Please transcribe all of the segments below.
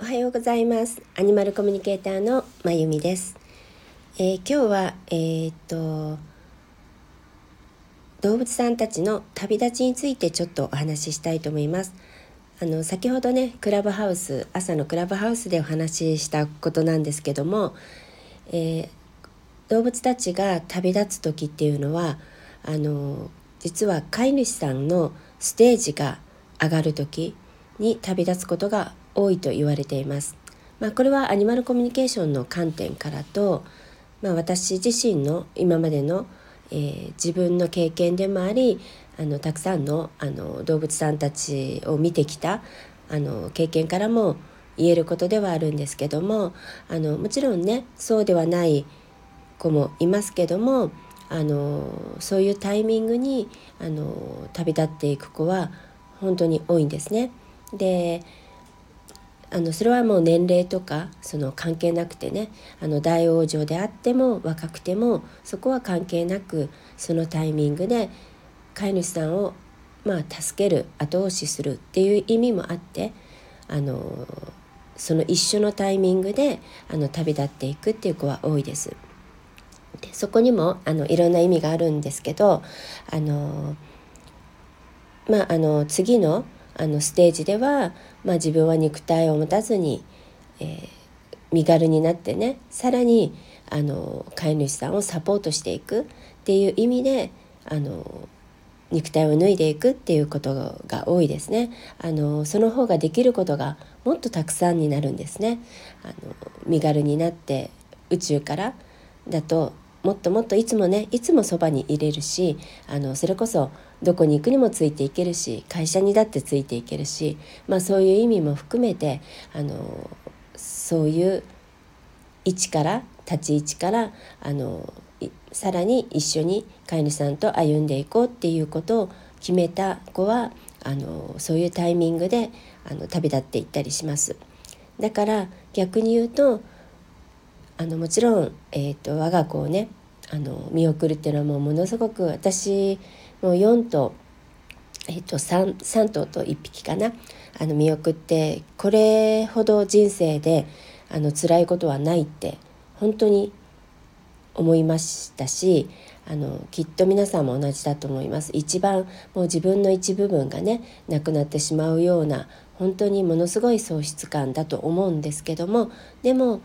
はようございます。アニマルコミュニケーターのまゆみです。今日は、動物さんたちの旅立ちについてちょっとお話ししたいと思います。先ほどね朝のクラブハウスでお話ししたことなんですけども、動物たちが旅立つ時っていうのは実は飼い主さんのステージが上がる時に旅立つことが多いと言われています。これはアニマルコミュニケーションの観点からと、私自身の今までの、自分の経験でもありたくさんの、動物さんたちを見てきた経験からも言えることではあるんですけども、もちろんねそうではない子もいますけども、そういうタイミングに旅立っていく子は本当に多いんですね。でそれはもう年齢とかその関係なくてね、大往生であっても若くてもそこは関係なく、そのタイミングで飼い主さんを助ける、後押しするっていう意味もあって、その一緒のタイミングで旅立っていくっていう子は多いです。でそこにもいろんな意味があるんですけど、次のステージでは、自分は肉体を持たずに、身軽になってね、さらに飼い主さんをサポートしていくっていう意味で肉体を脱いでいくっていうことが多いですね。その方ができることがもっとたくさんになるんですね。身軽になって宇宙からだともっともっといつもそばにいれるし、それこそどこに行くにもついていけるし、会社にだってついていけるし、そういう意味も含めてそういう立ち位置からさらに一緒に飼い主さんと歩んでいこうっていうことを決めた子はそういうタイミングで旅立っていったりします。だから逆に言うともちろん、我が子をね見送るっていうのはものすごく、私も4頭、3頭と1匹かな見送って、これほど人生で辛いことはないって本当に思いましたし、きっと皆さんも同じだと思います。一番もう自分の一部分がねなくなってしまうような本当にものすごい喪失感だと思うんですけども、でも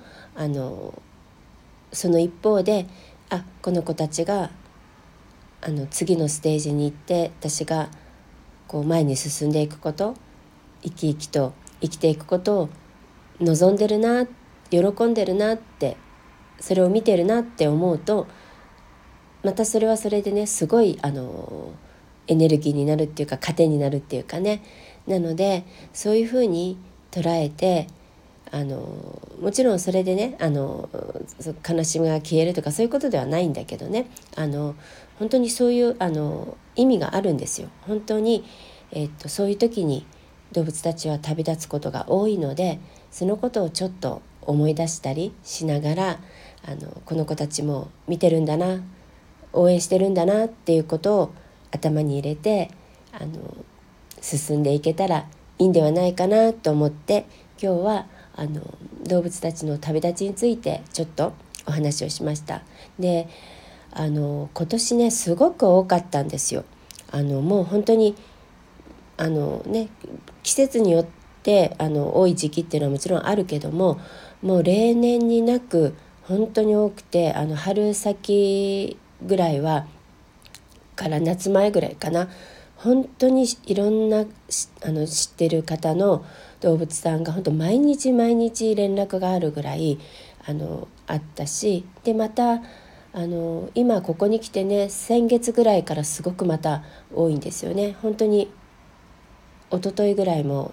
その一方でこの子たちが次のステージに行って私がこう前に進んでいくこと、生き生きと生きていくことを望んでるな、喜んでるなって、それを見てるなって思うと、またそれはそれでねすごいエネルギーになるっていうか糧になるっていうかね。なのでそういうふうに捉えてもちろんそれでね悲しみが消えるとかそういうことではないんだけどね、本当にそういう意味があるんですよ。本当に、そういう時に動物たちは旅立つことが多いので、そのことをちょっと思い出したりしながらこの子たちも見てるんだな、応援してるんだなっていうことを頭に入れて進んでいけたらいいんではないかなと思って、今日は動物たちの旅立ちについてちょっとお話をしました。で今年ねすごく多かったんですよ。もう本当に季節によって多い時期っていうのはもちろんあるけども、もう例年になく本当に多くて、春先ぐらいはから夏前ぐらいかな、本当にいろんな知ってる方の動物さんが本当毎日連絡があるぐらいあったし、でまた今ここに来てね、先月ぐらいからすごくまた多いんですよね。本当に一昨日ぐらいも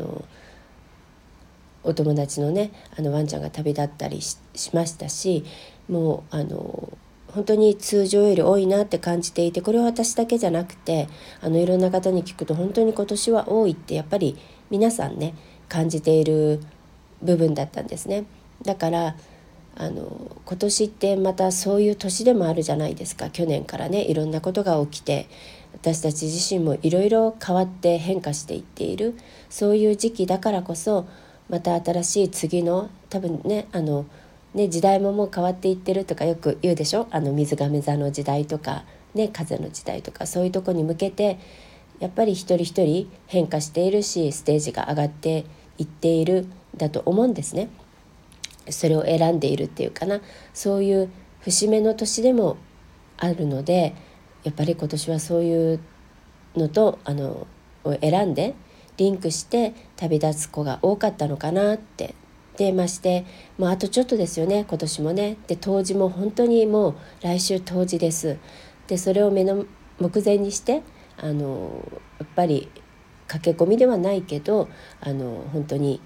お友達のねワンちゃんが旅立ったり しましたし、もう本当に通常より多いなって感じていて、これは私だけじゃなくていろんな方に聞くと本当に今年は多いってやっぱり皆さんね感じている部分だったんですね。だから今年ってまたそういう年でもあるじゃないですか。去年からねいろんなことが起きて、私たち自身もいろいろ変わって変化していっている、そういう時期だからこそまた新しい次の多分ね時代ももう変わっていってるとかよく言うでしょ。水亀座の時代とか、風の時代とか、そういうとこに向けてやっぱり一人一人変化しているし、ステージが上がっていっているだと思うんですね。それを選んでいるっていうかな、そういう節目の年でもあるので、やっぱり今年はそういうのとを選んでリンクして旅立つ子が多かったのかなって。でまして、あとちょっとですよね、今年もね。で冬至も本当にもう来週冬至です。でそれを目前にしてやっぱり駆け込みではないけど本当に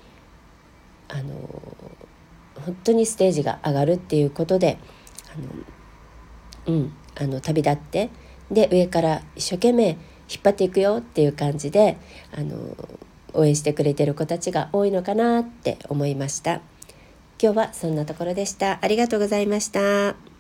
本当にステージが上がるっていうことで旅立って、で上から一生懸命引っ張っていくよっていう感じで応援してくれてる子たちが多いのかなって思いました。今日はそんなところでした。ありがとうございました。